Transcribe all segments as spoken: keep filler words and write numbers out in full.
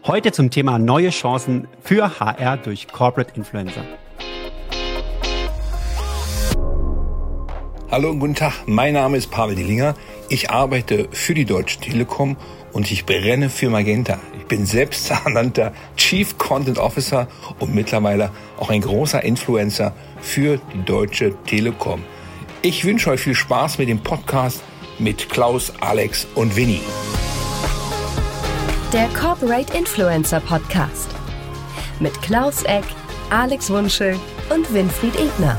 Heute zum Thema neue Chancen für H R durch Corporate Influencer. Hallo und guten Tag, mein Name ist Pavel Dillinger. Ich arbeite für die Deutsche Telekom und ich brenne für Magenta. Ich bin selbst ernannter Chief Content Officer und mittlerweile auch ein großer Influencer für die Deutsche Telekom. Ich wünsche euch viel Spaß mit dem Podcast mit Klaus, Alex und Winnie. Der Corporate Influencer Podcast mit Klaus Eck, Alex Wunschel und Winfried Ebner.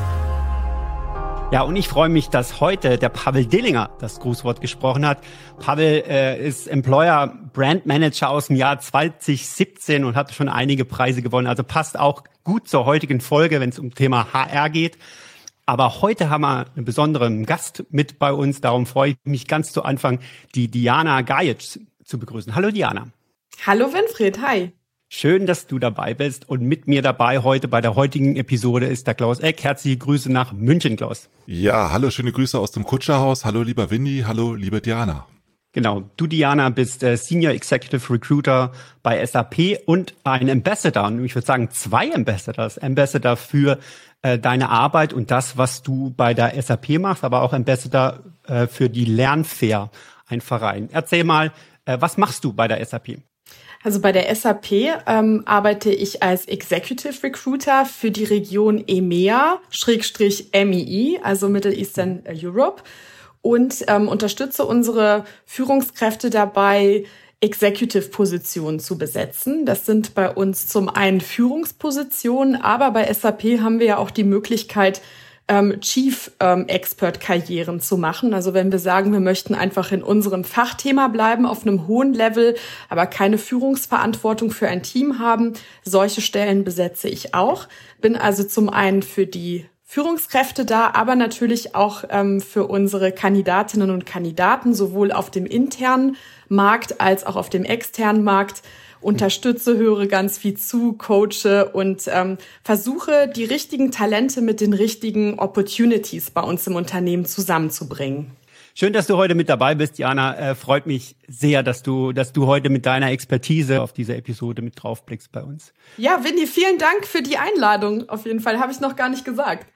Ja, und ich freue mich, dass heute der Pavel Dillinger das Grußwort gesprochen hat. Pavel äh, ist Employer Brand Manager aus dem Jahr zwanzig siebzehn und hat schon einige Preise gewonnen. Also passt auch gut zur heutigen Folge, wenn es um Thema H R geht. Aber heute haben wir einen besonderen Gast mit bei uns. Darum freue ich mich ganz zu Anfang, die Diana Gajic zu begrüßen. Hallo Diana. Hallo Winfried, hi. Schön, dass du dabei bist, und mit mir dabei heute bei der heutigen Episode ist der Klaus Eck. Herzliche Grüße nach München, Klaus. Ja, hallo, schöne Grüße aus dem Kutscherhaus. Hallo lieber Winnie, hallo liebe Diana. Genau, du Diana bist äh, Senior Executive Recruiter bei S A P und ein Ambassador, und ich würde sagen zwei Ambassadors, Ambassador für äh, deine Arbeit und das, was du bei der S A P machst, aber auch Ambassador äh, für die Lernfair, ein Verein. Erzähl mal, äh, was machst du bei der S A P? Also bei der S A P ähm, arbeite ich als Executive Recruiter für die Region E M E A, Schrägstrich M E E, also Middle Eastern Europe, und ähm, unterstütze unsere Führungskräfte dabei, Executive-Positionen zu besetzen. Das sind bei uns zum einen Führungspositionen, aber bei S A P haben wir ja auch die Möglichkeit, Ähm, Chief-Expert-Karrieren ähm, zu machen. Also wenn wir sagen, wir möchten einfach in unserem Fachthema bleiben, auf einem hohen Level, aber keine Führungsverantwortung für ein Team haben, solche Stellen besetze ich auch. Bin also zum einen für die Führungskräfte da, aber natürlich auch ähm, für unsere Kandidatinnen und Kandidaten, sowohl auf dem internen Markt als auch auf dem externen Markt. Unterstütze, höre ganz viel zu, coache und ähm, versuche, die richtigen Talente mit den richtigen Opportunities bei uns im Unternehmen zusammenzubringen. Schön, dass du heute mit dabei bist, Diana. Äh, freut mich sehr, dass du, dass du heute mit deiner Expertise auf diese Episode mit draufblickst bei uns. Ja, Winnie, vielen Dank für die Einladung. Auf jeden Fall, habe ich noch gar nicht gesagt.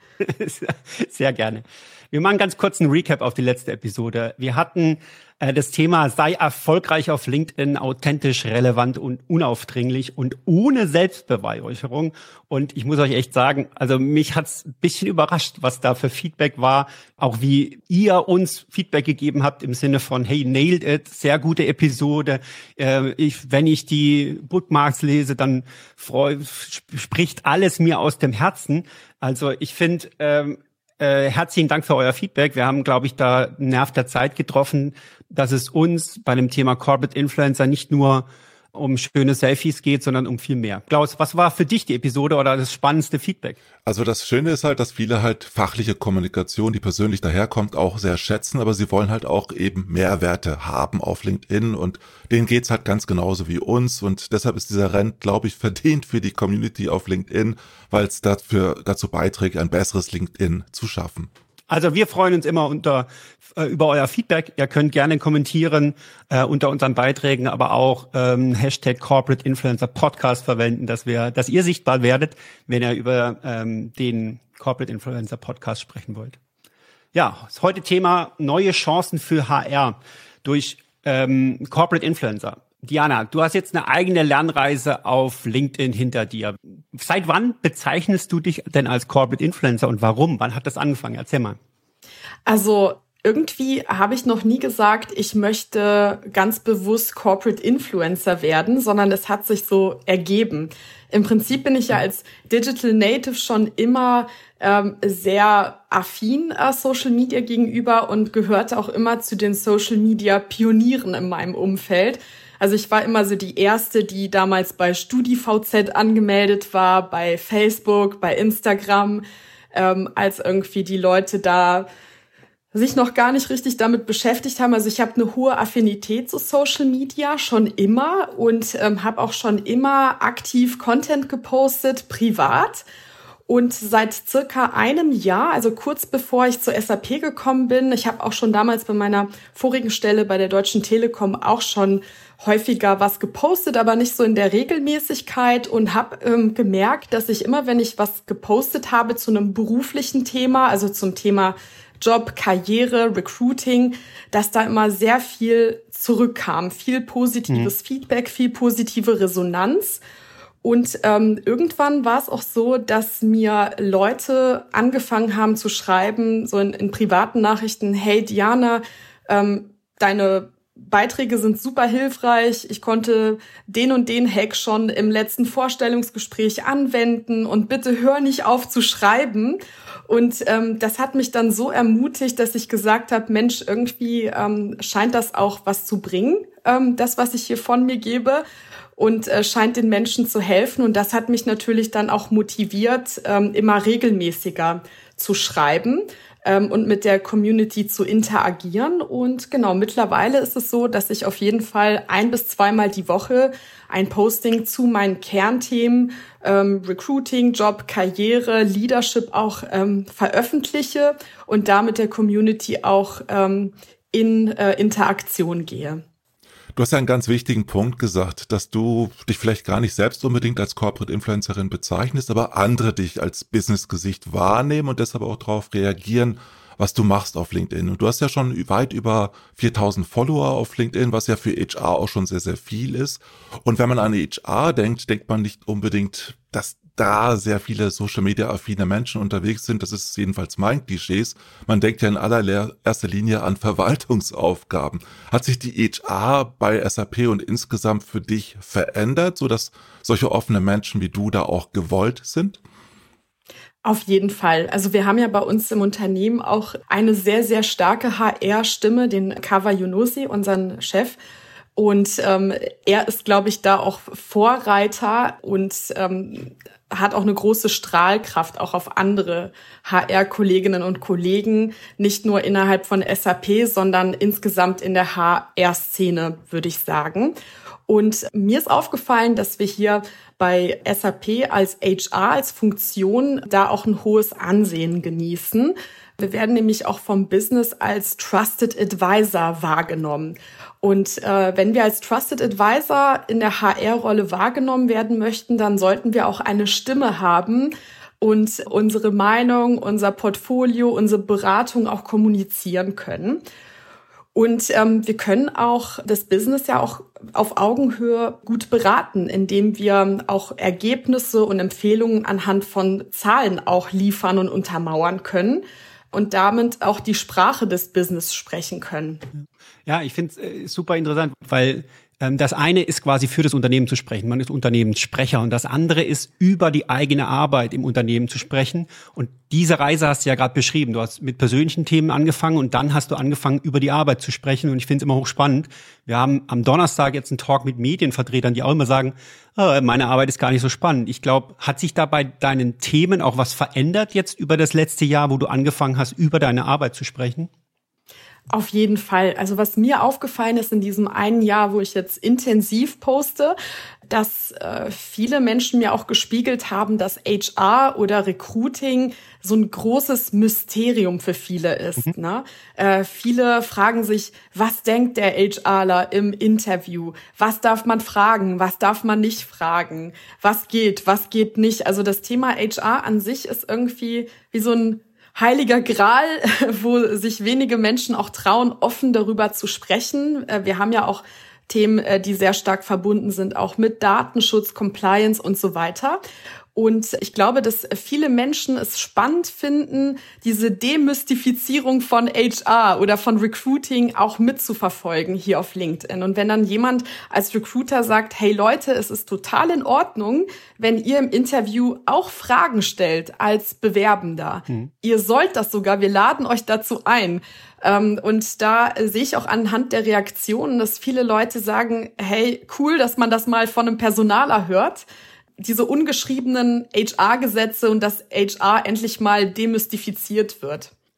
Sehr gerne. Wir machen ganz kurz einen Recap auf die letzte Episode. Wir hatten äh, das Thema, sei erfolgreich auf LinkedIn, authentisch, relevant und unaufdringlich und ohne Selbstbeweihräucherung. Und ich muss euch echt sagen, also mich hat's ein bisschen überrascht, was da für Feedback war. Auch wie ihr uns Feedback gegeben habt im Sinne von, hey, nailed it, sehr gute Episode. Äh, ich, wenn ich die Bookmarks lese, dann freu, spricht alles mir aus dem Herzen. Also ich finde, ähm, Äh, herzlichen Dank für euer Feedback. Wir haben, glaube ich, da einen Nerv der Zeit getroffen, dass es uns bei dem Thema Corporate Influencer nicht nur um schöne Selfies geht, sondern um viel mehr. Klaus, was war für dich die Episode oder das spannendste Feedback? Also das Schöne ist halt, dass viele halt fachliche Kommunikation, die persönlich daherkommt, auch sehr schätzen, aber sie wollen halt auch eben Mehrwerte haben auf LinkedIn, und denen geht's halt ganz genauso wie uns, und deshalb ist dieser Rent, glaube ich, verdient für die Community auf LinkedIn, weil es dafür dazu beiträgt, ein besseres LinkedIn zu schaffen. Also wir freuen uns immer unter äh, über euer Feedback. Ihr könnt gerne kommentieren äh, unter unseren Beiträgen, aber auch ähm, Hashtag Corporate Influencer Podcast verwenden, dass wir, dass ihr sichtbar werdet, wenn ihr über ähm, den Corporate Influencer Podcast sprechen wollt. Ja, das heute Thema neue Chancen für H R durch ähm, Corporate Influencer. Diana, du hast jetzt eine eigene Lernreise auf LinkedIn hinter dir. Seit wann bezeichnest du dich denn als Corporate Influencer und warum? Wann hat das angefangen? Erzähl mal. Also irgendwie habe ich noch nie gesagt, ich möchte ganz bewusst Corporate Influencer werden, sondern es hat sich so ergeben. Im Prinzip bin ich ja als Digital Native schon immer ähm, sehr affin äh, Social Media gegenüber und gehörte auch immer zu den Social Media Pionieren in meinem Umfeld. Also ich war immer so die Erste, die damals bei StudiVZ angemeldet war, bei Facebook, bei Instagram, ähm, als irgendwie die Leute da sich noch gar nicht richtig damit beschäftigt haben. Also ich habe eine hohe Affinität zu Social Media schon immer und ähm, habe auch schon immer aktiv Content gepostet, privat. Und seit circa einem Jahr, also kurz bevor ich zur S A P gekommen bin, ich habe auch schon damals bei meiner vorigen Stelle bei der Deutschen Telekom auch schon häufiger was gepostet, aber nicht so in der Regelmäßigkeit und habe ähm, gemerkt, dass ich immer, wenn ich was gepostet habe zu einem beruflichen Thema, also zum Thema Job, Karriere, Recruiting, dass da immer sehr viel zurückkam, viel positives mhm. Feedback, viel positive Resonanz. Und ähm, irgendwann war es auch so, dass mir Leute angefangen haben zu schreiben, so in, in privaten Nachrichten, hey Diana, ähm, deine Beiträge sind super hilfreich, ich konnte den und den Hack schon im letzten Vorstellungsgespräch anwenden und bitte hör nicht auf zu schreiben. Und ähm, das hat mich dann so ermutigt, dass ich gesagt habe, Mensch, irgendwie ähm, scheint das auch was zu bringen, ähm, das, was ich hier von mir gebe. Und äh, scheint den Menschen zu helfen. Und das hat mich natürlich dann auch motiviert, ähm, immer regelmäßiger zu schreiben ähm, und mit der Community zu interagieren. Und genau, mittlerweile ist es so, dass ich auf jeden Fall ein- bis zweimal die Woche ein Posting zu meinen Kernthemen, ähm, Recruiting, Job, Karriere, Leadership auch ähm, veröffentliche und da mit der Community auch ähm, in äh, Interaktion gehe. Du hast ja einen ganz wichtigen Punkt gesagt, dass du dich vielleicht gar nicht selbst unbedingt als Corporate Influencerin bezeichnest, aber andere dich als Business-Gesicht wahrnehmen und deshalb auch darauf reagieren, was du machst auf LinkedIn. Und du hast ja schon weit über viertausend Follower auf LinkedIn, was ja für H R auch schon sehr, sehr viel ist. Und wenn man an H R denkt, denkt man nicht unbedingt, dass da sehr viele Social-Media-affine Menschen unterwegs sind. Das ist jedenfalls mein Klischees. Man denkt ja in allererster Linie an Verwaltungsaufgaben. Hat sich die H R bei S A P und insgesamt für dich verändert, sodass solche offene Menschen wie du da auch gewollt sind? Auf jeden Fall. Also wir haben ja bei uns im Unternehmen auch eine sehr, sehr starke H R-Stimme, den Kaveh Younossi, unseren Chef. Und ähm, er ist, glaube ich, da auch Vorreiter und ähm, hat auch eine große Strahlkraft auch auf andere H R-Kolleginnen und Kollegen, nicht nur innerhalb von S A P, sondern insgesamt in der H R-Szene, würde ich sagen. Und mir ist aufgefallen, dass wir hier bei S A P als H R, als Funktion, da auch ein hohes Ansehen genießen. Wir werden nämlich auch vom Business als Trusted Advisor wahrgenommen. Und äh, wenn wir als Trusted Advisor in der H R-Rolle wahrgenommen werden möchten, dann sollten wir auch eine Stimme haben und unsere Meinung, unser Portfolio, unsere Beratung auch kommunizieren können. Und ähm, wir können auch das Business ja auch auf Augenhöhe gut beraten, indem wir auch Ergebnisse und Empfehlungen anhand von Zahlen auch liefern und untermauern können und damit auch die Sprache des Business sprechen können. Ja, ich finde es äh, super interessant, weil ähm, das eine ist quasi für das Unternehmen zu sprechen. Man ist Unternehmenssprecher und das andere ist über die eigene Arbeit im Unternehmen zu sprechen. Und diese Reise hast du ja gerade beschrieben. Du hast mit persönlichen Themen angefangen und dann hast du angefangen, über die Arbeit zu sprechen. Und ich finde es immer hochspannend. Wir haben am Donnerstag jetzt einen Talk mit Medienvertretern, die auch immer sagen, oh, meine Arbeit ist gar nicht so spannend. Ich glaube, hat sich da bei deinen Themen auch was verändert jetzt über das letzte Jahr, wo du angefangen hast, über deine Arbeit zu sprechen? Auf jeden Fall. Also was mir aufgefallen ist in diesem einen Jahr, wo ich jetzt intensiv poste, dass äh, viele Menschen mir auch gespiegelt haben, dass H R oder Recruiting so ein großes Mysterium für viele ist. Mhm. Ne? Äh, viele fragen sich, was denkt der HRler im Interview? Was darf man fragen? Was darf man nicht fragen? Was geht? Was geht nicht? Also das Thema H R an sich ist irgendwie wie so ein heiliger Gral, wo sich wenige Menschen auch trauen, offen darüber zu sprechen. Wir haben ja auch Themen, die sehr stark verbunden sind, auch mit Datenschutz, Compliance und so weiter. Und ich glaube, dass viele Menschen es spannend finden, diese Demystifizierung von H R oder von Recruiting auch mitzuverfolgen hier auf LinkedIn. Und wenn dann jemand als Recruiter sagt, hey Leute, es ist total in Ordnung, wenn ihr im Interview auch Fragen stellt als Bewerbender. Mhm. Ihr sollt das sogar, wir laden euch dazu ein. Und da sehe ich auch anhand der Reaktionen, dass viele Leute sagen, hey, cool, dass man das mal von einem Personaler hört. Diese ungeschriebenen H R-Gesetze und dass H R endlich mal demystifiziert wird.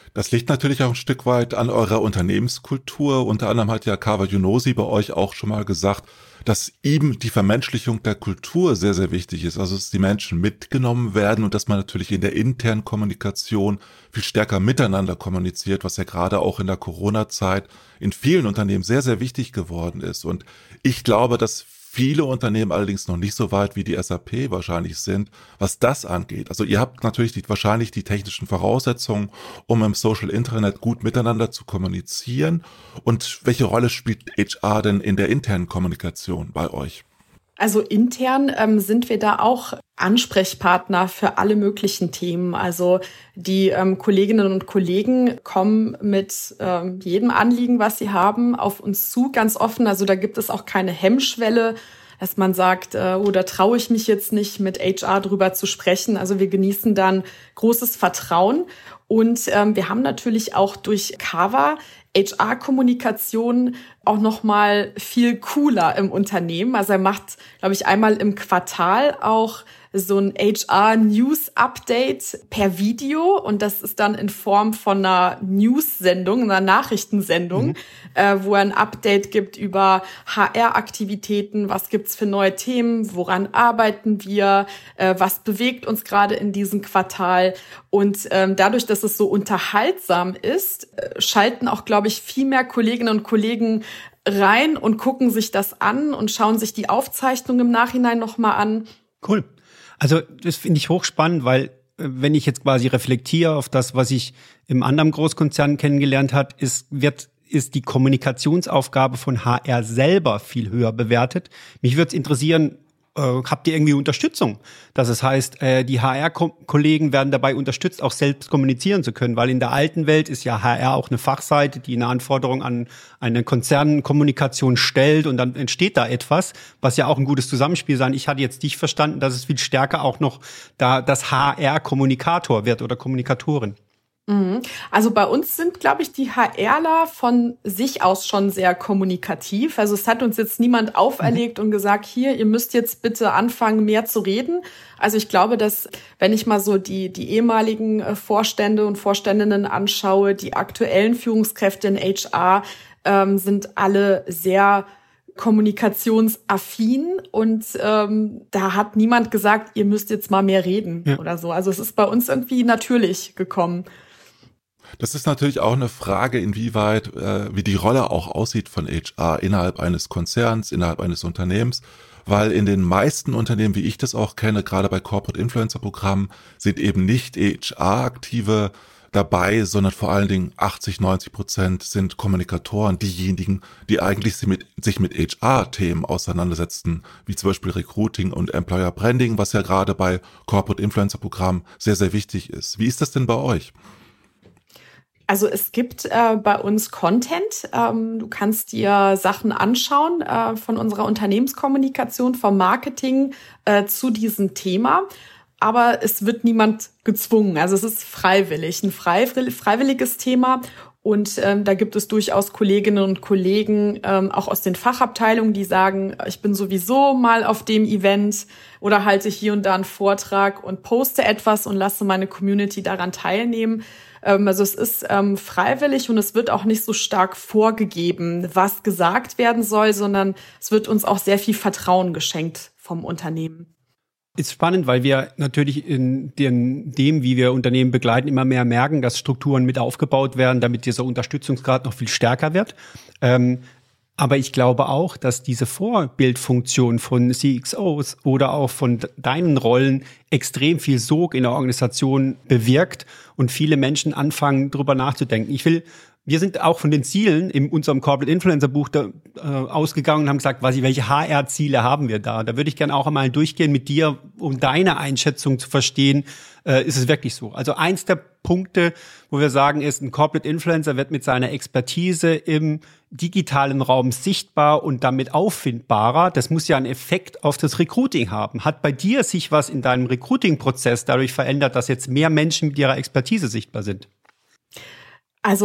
Das liegt natürlich auch ein Stück weit an eurer Unternehmenskultur. Unter anderem hat ja Kawa Younosi bei euch auch schon mal gesagt, dass ihm die Vermenschlichung der Kultur sehr, sehr wichtig ist. Also dass die Menschen mitgenommen werden und dass man natürlich in der internen Kommunikation viel stärker miteinander kommuniziert, was ja gerade auch in der Corona-Zeit in vielen Unternehmen sehr, sehr wichtig geworden ist. Und ich glaube, dass viele Unternehmen allerdings noch nicht so weit wie die S A P wahrscheinlich sind, was das angeht. Also ihr habt natürlich die, wahrscheinlich die technischen Voraussetzungen, um im Social Intranet gut miteinander zu kommunizieren. Und welche Rolle spielt H R denn in der internen Kommunikation bei euch? Also intern ähm, sind wir da auch Ansprechpartner für alle möglichen Themen. Also die ähm, Kolleginnen und Kollegen kommen mit ähm, jedem Anliegen, was sie haben, auf uns zu, ganz offen. Also da gibt es auch keine Hemmschwelle, dass man sagt, äh, oh, da traue ich mich jetzt nicht, mit H R drüber zu sprechen. Also wir genießen dann großes Vertrauen. Und ähm, wir haben natürlich auch durch Kawa H R-Kommunikation auch noch mal viel cooler im Unternehmen. Also er macht, glaube ich, einmal im Quartal auch so ein H R-News-Update per Video. Und das ist dann in Form von einer News-Sendung, einer Nachrichtensendung, mhm. äh, wo er ein Update gibt über H R-Aktivitäten. Was gibt's für neue Themen? Woran arbeiten wir? Äh, was bewegt uns gerade in diesem Quartal? Und ähm, dadurch, dass es so unterhaltsam ist, äh, schalten auch, glaube ich, viel mehr Kolleginnen und Kollegen rein und gucken sich das an und schauen sich die Aufzeichnung im Nachhinein nochmal an. Cool. Also das finde ich hochspannend, weil wenn ich jetzt quasi reflektiere auf das, was ich im anderen Großkonzern kennengelernt habe, ist, wird, ist die Kommunikationsaufgabe von H R selber viel höher bewertet. Mich würde es interessieren, äh, habt ihr irgendwie Unterstützung? Dass es heißt, äh, die H R-Kollegen werden dabei unterstützt, auch selbst kommunizieren zu können, weil in der alten Welt ist ja H R auch eine Fachseite, die eine Anforderung an eine Konzernkommunikation stellt und dann entsteht da etwas, was ja auch ein gutes Zusammenspiel sein. Ich hatte jetzt dich verstanden, dass es viel stärker auch noch da das H R-Kommunikator wird oder Kommunikatorin. Also bei uns sind, glaube ich, die HRler von sich aus schon sehr kommunikativ. Also es hat uns jetzt niemand auferlegt mhm. und gesagt, hier, ihr müsst jetzt bitte anfangen, mehr zu reden. Also ich glaube, dass, wenn ich mal so die, die ehemaligen Vorstände und Vorständinnen anschaue, die aktuellen Führungskräfte in H R ähm, sind alle sehr kommunikationsaffin und ähm, da hat niemand gesagt, ihr müsst jetzt mal mehr reden ja. oder so. Also es ist bei uns irgendwie natürlich gekommen. Das ist natürlich auch eine Frage, inwieweit, äh, wie die Rolle auch aussieht von H R innerhalb eines Konzerns, innerhalb eines Unternehmens, weil in den meisten Unternehmen, wie ich das auch kenne, gerade bei Corporate Influencer Programmen, sind eben nicht H R-Aktive dabei, sondern vor allen Dingen achtzig, neunzig Prozent sind Kommunikatoren, diejenigen, die eigentlich sich mit, sich mit H R-Themen auseinandersetzen, wie zum Beispiel Recruiting und Employer Branding, was ja gerade bei Corporate Influencer Programmen sehr, sehr wichtig ist. Wie ist das denn bei euch? Also es gibt äh, bei uns Content. Ähm, du kannst dir Sachen anschauen äh, von unserer Unternehmenskommunikation, vom Marketing äh, zu diesem Thema. Aber es wird niemand gezwungen. Also es ist freiwillig, ein frei, freiwilliges Thema. Und ähm, da gibt es durchaus Kolleginnen und Kollegen, ähm, auch aus den Fachabteilungen, die sagen, ich bin sowieso mal auf dem Event oder halte hier und da einen Vortrag und poste etwas und lasse meine Community daran teilnehmen. Ähm, also es ist ähm, freiwillig und es wird auch nicht so stark vorgegeben, was gesagt werden soll, sondern es wird uns auch sehr viel Vertrauen geschenkt vom Unternehmen. Ist spannend, weil wir natürlich in den, dem, wie wir Unternehmen begleiten, immer mehr merken, dass Strukturen mit aufgebaut werden, damit dieser Unterstützungsgrad noch viel stärker wird. Ähm, aber ich glaube auch, dass diese Vorbildfunktion von C X Os oder auch von deinen Rollen extrem viel Sog in der Organisation bewirkt und viele Menschen anfangen, drüber nachzudenken. Ich will Wir sind auch von den Zielen in unserem Corporate Influencer Buch da, äh, ausgegangen und haben gesagt, was, welche H R-Ziele haben wir da? Da würde ich gerne auch einmal durchgehen mit dir, um deine Einschätzung zu verstehen. Äh, ist es wirklich so? Also eins der Punkte, wo wir sagen, ist, ein Corporate Influencer wird mit seiner Expertise im digitalen Raum sichtbar und damit auffindbarer. Das muss ja einen Effekt auf das Recruiting haben. Hat bei dir sich was in deinem Recruiting-Prozess dadurch verändert, dass jetzt mehr Menschen mit ihrer Expertise sichtbar sind? Also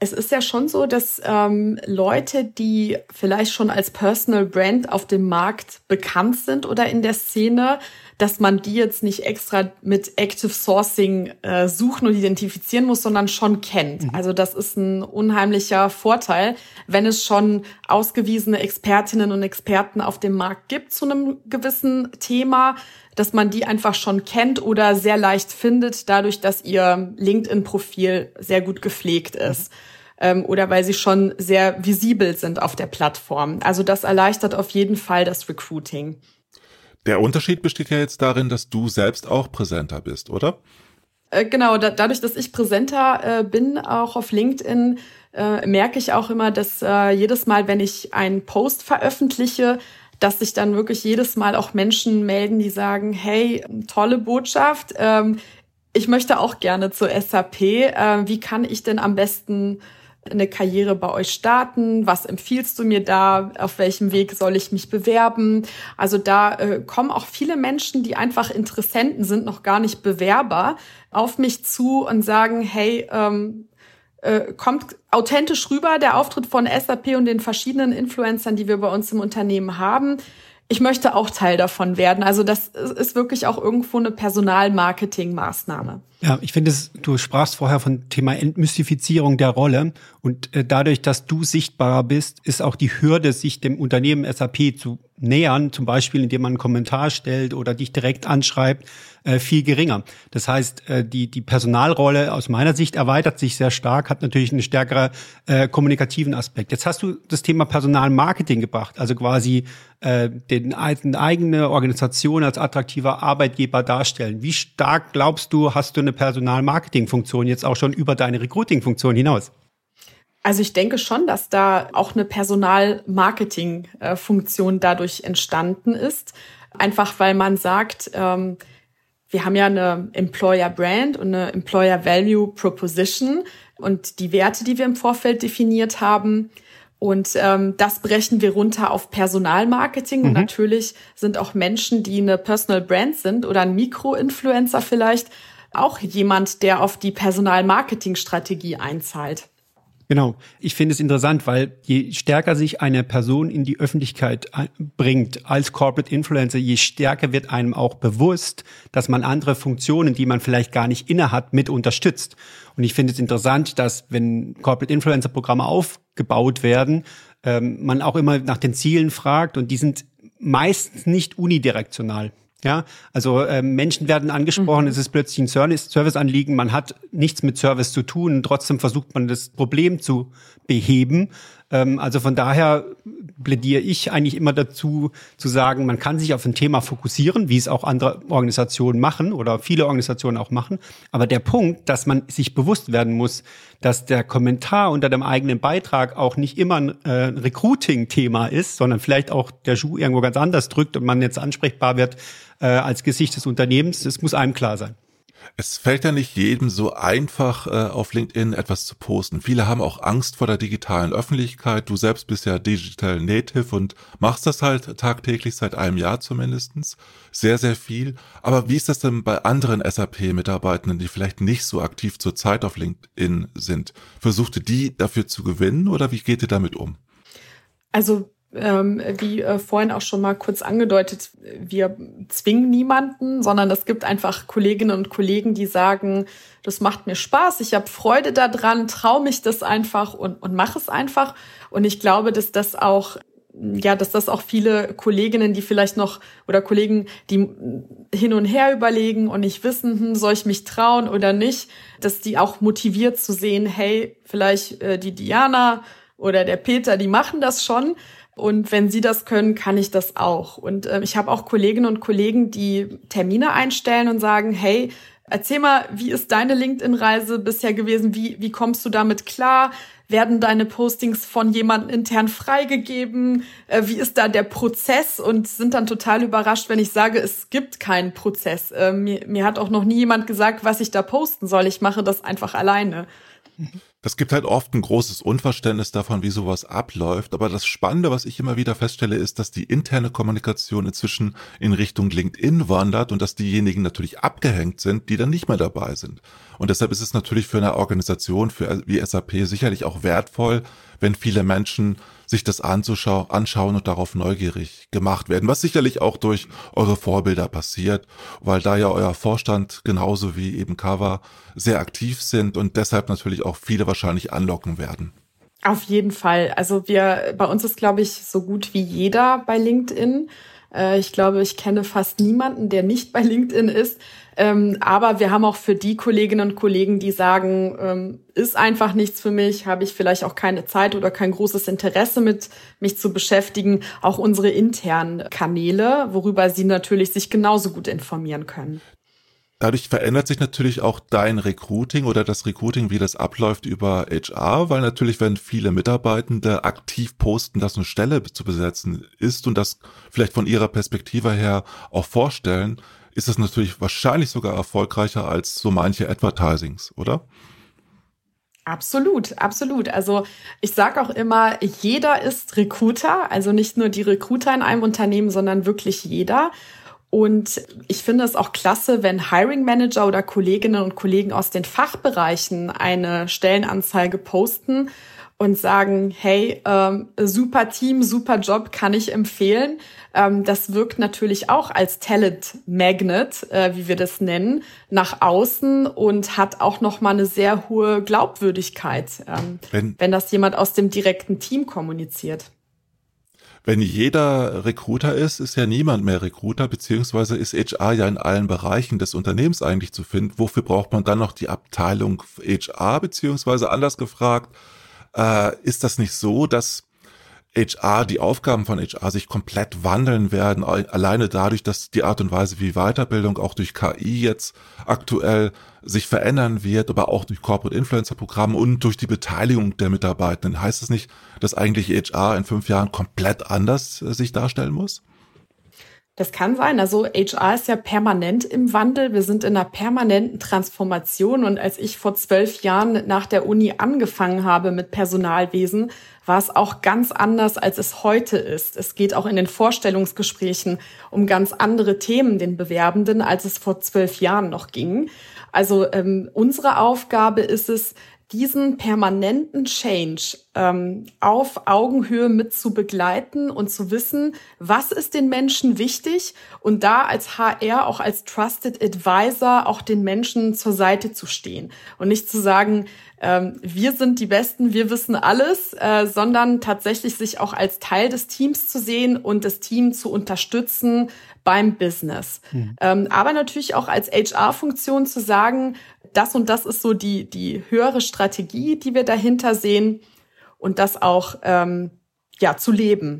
Es ist ja schon so, dass ähm, Leute, die vielleicht schon als Personal Brand auf dem Markt bekannt sind oder in der Szene, dass man die jetzt nicht extra mit Active Sourcing äh, suchen und identifizieren muss, sondern schon kennt. Mhm. Also das ist ein unheimlicher Vorteil, wenn es schon ausgewiesene Expertinnen und Experten auf dem Markt gibt zu einem gewissen Thema, dass man die einfach schon kennt oder sehr leicht findet, dadurch, dass ihr LinkedIn-Profil sehr gut gepflegt ist. Mhm. Ähm, oder weil sie schon sehr visibel sind auf der Plattform. Also das erleichtert auf jeden Fall das Recruiting. Der Unterschied besteht ja jetzt darin, dass du selbst auch präsenter bist, oder? Äh, genau, da, dadurch, dass ich präsenter äh, bin, auch auf LinkedIn, äh, merke ich auch immer, dass äh, jedes Mal, wenn ich einen Post veröffentliche, dass sich dann wirklich jedes Mal auch Menschen melden, die sagen, hey, tolle Botschaft, ähm, ich möchte auch gerne zur S A P. Äh, wie kann ich denn am besten eine Karriere bei euch starten? Was empfiehlst du mir da? Auf welchem Weg soll ich mich bewerben? Also da äh, kommen auch viele Menschen, die einfach Interessenten sind, noch gar nicht Bewerber, auf mich zu und sagen, hey, ähm, äh, kommt authentisch rüber, der Auftritt von S A P und den verschiedenen Influencern, die wir bei uns im Unternehmen haben. Ich möchte auch Teil davon werden. Also das ist wirklich auch irgendwo eine Personalmarketing-Maßnahme. Ja, ich finde es, du sprachst vorher von Thema Entmystifizierung der Rolle und äh, dadurch, dass du sichtbarer bist, ist auch die Hürde, sich dem Unternehmen S A P zu nähern, zum Beispiel indem man einen Kommentar stellt oder dich direkt anschreibt, äh, viel geringer. Das heißt, äh, die die Personalrolle aus meiner Sicht erweitert sich sehr stark, hat natürlich einen stärkeren äh, kommunikativen Aspekt. Jetzt hast du das Thema Personalmarketing gebracht, also quasi äh, den eine eigene Organisation als attraktiver Arbeitgeber darstellen. Wie stark glaubst du, hast du eine Personalmarketing-Funktion jetzt auch schon über deine Recruiting-Funktion hinaus? Also ich denke schon, dass da auch eine Personalmarketing-Funktion dadurch entstanden ist. Einfach weil man sagt, ähm, wir haben ja eine Employer Brand und eine Employer Value Proposition und die Werte, die wir im Vorfeld definiert haben. Und ähm, das brechen wir runter auf Personalmarketing. Mhm. Und natürlich sind auch Menschen, die eine Personal Brand sind oder ein Mikro-Influencer vielleicht, auch jemand, der auf die Personalmarketing-Strategie einzahlt. Genau. Ich finde es interessant, weil je stärker sich eine Person in die Öffentlichkeit bringt als Corporate Influencer, je stärker wird einem auch bewusst, dass man andere Funktionen, die man vielleicht gar nicht innehat, mit unterstützt. Und ich finde es interessant, dass wenn Corporate Influencer Programme aufgebaut werden, ähm, man auch immer nach den Zielen fragt und die sind meistens nicht unidirektional. Ja, also äh, Menschen werden angesprochen, mhm. es ist plötzlich ein Service, Serviceanliegen, man hat nichts mit Service zu tun und trotzdem versucht man das Problem zu beheben. Ähm, also von daher plädiere ich eigentlich immer dazu, zu sagen, man kann sich auf ein Thema fokussieren, wie es auch andere Organisationen machen oder viele Organisationen auch machen. Aber der Punkt, dass man sich bewusst werden muss, dass der Kommentar unter dem eigenen Beitrag auch nicht immer ein äh, Recruiting-Thema ist, sondern vielleicht auch der Schuh irgendwo ganz anders drückt und man jetzt ansprechbar wird äh, als Gesicht des Unternehmens, das muss einem klar sein. Es fällt ja nicht jedem so einfach, äh, auf LinkedIn etwas zu posten. Viele haben auch Angst vor der digitalen Öffentlichkeit. Du selbst bist ja Digital Native und machst das halt tagtäglich, seit einem Jahr zumindestens. Sehr, sehr viel. Aber wie ist das denn bei anderen S A P-Mitarbeitenden, die vielleicht nicht so aktiv zurzeit auf LinkedIn sind? Versucht ihr die dafür zu gewinnen oder wie geht ihr damit um? Also Ähm, wie äh, vorhin auch schon mal kurz angedeutet, wir zwingen niemanden, sondern es gibt einfach Kolleginnen und Kollegen, die sagen, das macht mir Spaß, ich habe Freude daran, traue mich das einfach und, und mache es einfach. Und ich glaube, dass das auch, ja, dass das auch viele Kolleginnen, die vielleicht noch, oder Kollegen, die hin und her überlegen und nicht wissen, hm, soll ich mich trauen oder nicht, dass die auch motiviert zu sehen, hey, vielleicht äh, die Diana oder der Peter, die machen das schon. Und wenn sie das können, kann ich das auch. Und äh, ich habe auch Kolleginnen und Kollegen, die Termine einstellen und sagen, hey, erzähl mal, wie ist deine LinkedIn-Reise bisher gewesen? Wie, wie kommst du damit klar? Werden deine Postings von jemandem intern freigegeben? Äh, wie ist da der Prozess? Und sind dann total überrascht, wenn ich sage, es gibt keinen Prozess. Äh, mir, mir hat auch noch nie jemand gesagt, was ich da posten soll. Ich mache das einfach alleine. Das gibt halt oft ein großes Unverständnis davon, wie sowas abläuft. Aber das Spannende, was ich immer wieder feststelle, ist, dass die interne Kommunikation inzwischen in Richtung LinkedIn wandert und dass diejenigen natürlich abgehängt sind, die dann nicht mehr dabei sind. Und deshalb ist es natürlich für eine Organisation für wie S A P sicherlich auch wertvoll, wenn viele Menschen sich das anzuschau- anschauen und darauf neugierig gemacht werden, was sicherlich auch durch eure Vorbilder passiert, weil da ja euer Vorstand genauso wie eben Cover sehr aktiv sind und deshalb natürlich auch viele wahrscheinlich anlocken werden. Auf jeden Fall. Also wir, bei uns ist, glaube ich, so gut wie jeder bei LinkedIn. Äh, ich glaube, ich kenne fast niemanden, der nicht bei LinkedIn ist. Ähm, aber wir haben auch für die Kolleginnen und Kollegen, die sagen, ähm, ist einfach nichts für mich, habe ich vielleicht auch keine Zeit oder kein großes Interesse mit, mich zu beschäftigen, auch unsere internen Kanäle, worüber sie natürlich sich genauso gut informieren können. Dadurch verändert sich natürlich auch dein Recruiting oder das Recruiting, wie das abläuft über H R, weil natürlich, wenn viele Mitarbeitende aktiv posten, dass eine Stelle zu besetzen ist und das vielleicht von ihrer Perspektive her auch vorstellen, ist es natürlich wahrscheinlich sogar erfolgreicher als so manche Advertisings, oder? Absolut, absolut. Also ich sage auch immer, jeder ist Recruiter, also nicht nur die Recruiter in einem Unternehmen, sondern wirklich jeder. Und ich finde es auch klasse, wenn Hiring Manager oder Kolleginnen und Kollegen aus den Fachbereichen eine Stellenanzeige posten und sagen, hey, ähm, super Team, super Job, kann ich empfehlen. Ähm, das wirkt natürlich auch als Talent Magnet, äh, wie wir das nennen, nach außen und hat auch nochmal eine sehr hohe Glaubwürdigkeit, ähm, wenn, wenn das jemand aus dem direkten Team kommuniziert. Wenn jeder Recruiter ist, ist ja niemand mehr Recruiter, beziehungsweise ist H R ja in allen Bereichen des Unternehmens eigentlich zu finden. Wofür braucht man dann noch die Abteilung H R, beziehungsweise anders gefragt, äh, ist das nicht so, dass H R, die Aufgaben von H R sich komplett wandeln werden, alleine dadurch, dass die Art und Weise, wie Weiterbildung auch durch K I jetzt aktuell sich verändern wird, aber auch durch Corporate Influencer Programme und durch die Beteiligung der Mitarbeitenden. Heißt es nicht, dass eigentlich H R in fünf Jahren komplett anders äh, sich darstellen muss? Das kann sein. Also H R ist ja permanent im Wandel. Wir sind in einer permanenten Transformation. Und als ich vor zwölf Jahren nach der Uni angefangen habe mit Personalwesen, war es auch ganz anders, als es heute ist. Es geht auch in den Vorstellungsgesprächen um ganz andere Themen den Bewerbenden, als es vor zwölf Jahren noch ging. Also ähm, unsere Aufgabe ist es, diesen permanenten Change ähm, auf Augenhöhe mit zu begleiten und zu wissen, was ist den Menschen wichtig und da als H R, auch als Trusted Advisor, auch den Menschen zur Seite zu stehen und nicht zu sagen, ähm, wir sind die Besten, wir wissen alles, äh, sondern tatsächlich sich auch als Teil des Teams zu sehen und das Team zu unterstützen beim Business. Mhm. Ähm, aber natürlich auch als H R-Funktion zu sagen, das und das ist so die die höhere Strategie, die wir dahinter sehen und das auch ähm, ja zu leben.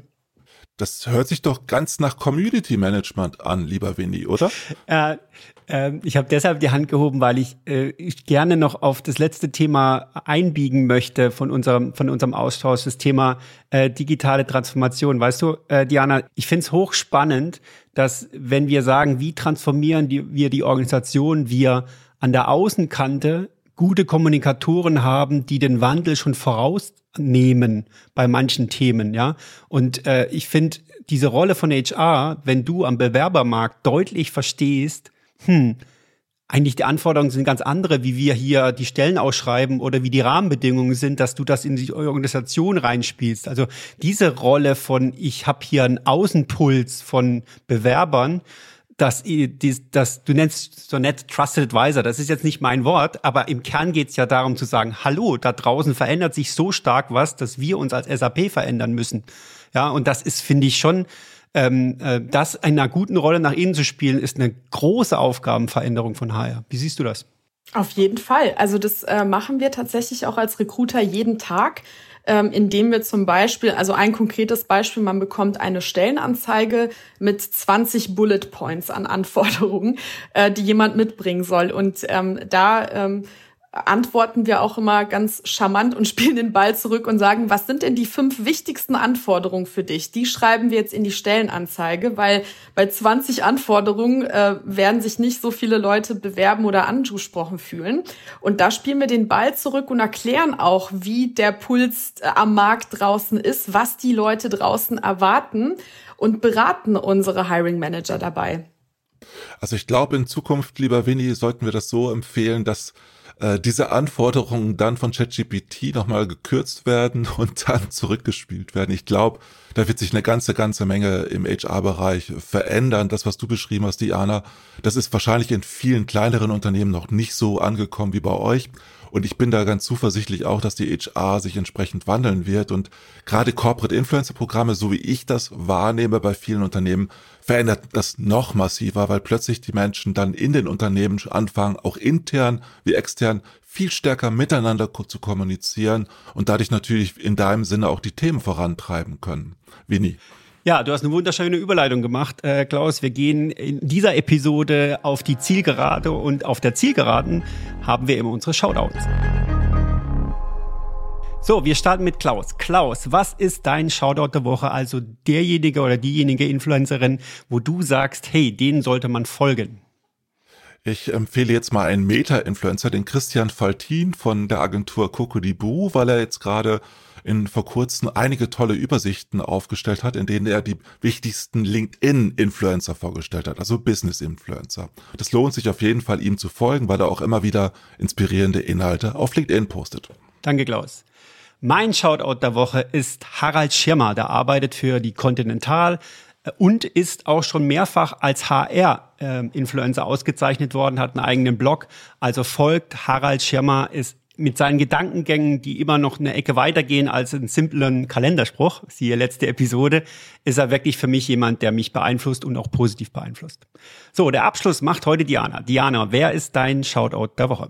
Das hört sich doch ganz nach Community Management an, lieber Winnie, oder? Äh, äh, ich habe deshalb die Hand gehoben, weil ich, äh, ich gerne noch auf das letzte Thema einbiegen möchte von unserem von unserem Austausch, das Thema äh, digitale Transformation. Weißt du, äh, Diana, ich finde es hochspannend, dass wenn wir sagen, wie transformieren die, wir die Organisation, wir an der Außenkante gute Kommunikatoren haben, die den Wandel schon vorausnehmen bei manchen Themen, ja. Und äh, ich finde diese Rolle von H R, wenn du am Bewerbermarkt deutlich verstehst, hm, eigentlich die Anforderungen sind ganz andere, wie wir hier die Stellen ausschreiben oder wie die Rahmenbedingungen sind, dass du das in die Organisation reinspielst. Also diese Rolle von, ich habe hier einen Außenpuls von Bewerbern, dass das, du nennst so nett Trusted Advisor, das ist jetzt nicht mein Wort, aber im Kern geht's ja darum zu sagen, hallo, da draußen verändert sich so stark was, dass wir uns als S A P verändern müssen. Ja, und das ist, finde ich schon, ähm, äh, das in einer guten Rolle nach innen zu spielen, ist eine große Aufgabenveränderung von H R. Wie siehst du das? Auf jeden Fall. Also das äh, machen wir tatsächlich auch als Recruiter jeden Tag, ähm, indem wir zum Beispiel, also ein konkretes Beispiel, man bekommt eine Stellenanzeige mit zwanzig Bullet Points an Anforderungen, äh, die jemand mitbringen soll. Und ähm, da ähm, antworten wir auch immer ganz charmant und spielen den Ball zurück und sagen, was sind denn die fünf wichtigsten Anforderungen für dich? Die schreiben wir jetzt in die Stellenanzeige, weil bei zwanzig Anforderungen äh, werden sich nicht so viele Leute bewerben oder angesprochen fühlen. Und da spielen wir den Ball zurück und erklären auch, wie der Puls äh, am Markt draußen ist, was die Leute draußen erwarten und beraten unsere Hiring Manager dabei. Also ich glaube, in Zukunft, lieber Winnie, sollten wir das so empfehlen, dass äh, diese Anforderungen dann von ChatGPT nochmal gekürzt werden und dann zurückgespielt werden. Ich glaube, da wird sich eine ganze, ganze Menge im H R-Bereich verändern. Das, was du beschrieben hast, Diana, das ist wahrscheinlich in vielen kleineren Unternehmen noch nicht so angekommen wie bei euch. Und ich bin da ganz zuversichtlich auch, dass die H R sich entsprechend wandeln wird. Und gerade Corporate Influencer Programme, so wie ich das wahrnehme bei vielen Unternehmen, verändert das noch massiver, weil plötzlich die Menschen dann in den Unternehmen anfangen, auch intern wie extern, viel stärker miteinander zu kommunizieren und dadurch natürlich in deinem Sinne auch die Themen vorantreiben können. Winnie. Ja, du hast eine wunderschöne Überleitung gemacht, äh, Klaus. Wir gehen in dieser Episode auf die Zielgerade und auf der Zielgeraden haben wir immer unsere Shoutouts. So, wir starten mit Klaus. Klaus, was ist dein Shoutout der Woche? Also derjenige oder diejenige Influencerin, wo du sagst, hey, denen sollte man folgen. Ich empfehle jetzt mal einen Meta-Influencer, den Christian Faltin von der Agentur Cocodibou, weil er jetzt gerade in vor kurzem einige tolle Übersichten aufgestellt hat, in denen er die wichtigsten LinkedIn-Influencer vorgestellt hat, also Business-Influencer. Das lohnt sich auf jeden Fall, ihm zu folgen, weil er auch immer wieder inspirierende Inhalte auf LinkedIn postet. Danke, Klaus. Mein Shoutout der Woche ist Harald Schirmer, der arbeitet für die Continental und ist auch schon mehrfach als H R-Influencer ausgezeichnet worden, hat einen eigenen Blog. Also folgt Harald Schirmer, ist mit seinen Gedankengängen, die immer noch eine Ecke weitergehen als einen simplen Kalenderspruch, siehe letzte Episode, ist er wirklich für mich jemand, der mich beeinflusst und auch positiv beeinflusst. So, der Abschluss macht heute Diana. Diana, wer ist dein Shoutout der Woche?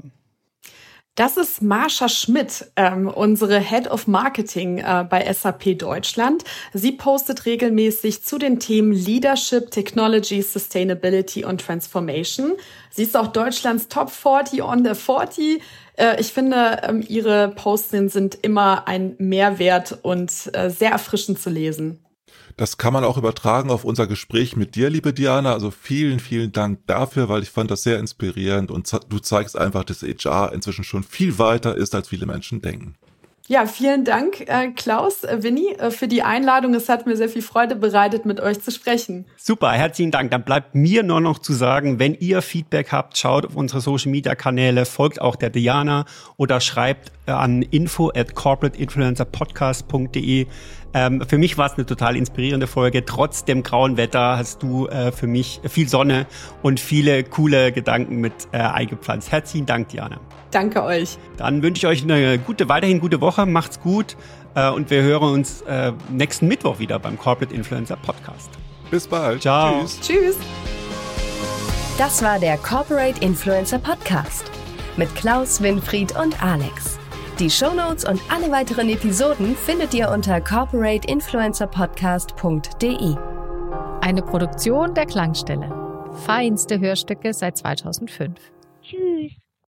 Das ist Marsha Schmidt, ähm, unsere Head of Marketing äh, bei S A P Deutschland. Sie postet regelmäßig zu den Themen Leadership, Technology, Sustainability und Transformation. Sie ist auch Deutschlands Top vierzig on the vierzig. Äh, ich finde, ähm, ihre Postings sind immer ein Mehrwert und äh, sehr erfrischend zu lesen. Das kann man auch übertragen auf unser Gespräch mit dir, liebe Diana. Also vielen, vielen Dank dafür, weil ich fand das sehr inspirierend und du zeigst einfach, dass H R inzwischen schon viel weiter ist, als viele Menschen denken. Ja, vielen Dank, äh, Klaus, äh, Winnie, äh, für die Einladung. Es hat mir sehr viel Freude bereitet, mit euch zu sprechen. Super, herzlichen Dank. Dann bleibt mir nur noch zu sagen, wenn ihr Feedback habt, schaut auf unsere Social-Media-Kanäle, folgt auch der Diana oder schreibt an info at corporate influencer podcast punkt de. Ähm, für mich war es eine total inspirierende Folge. Trotz dem grauen Wetter hast du äh, für mich viel Sonne und viele coole Gedanken mit äh, eingepflanzt. Herzlichen Dank, Diana. Danke euch. Dann wünsche ich euch eine gute, weiterhin gute Woche. Macht's gut äh, und wir hören uns äh, nächsten Mittwoch wieder beim Corporate Influencer Podcast. Bis bald. Ciao. Tschüss. Tschüss. Das war der Corporate Influencer Podcast mit Klaus, Winfried und Alex. Die Shownotes und alle weiteren Episoden findet ihr unter corporate influencer podcast punkt de. Eine Produktion der Klangstelle. Feinste Hörstücke seit zweitausendfünf. Tschüss.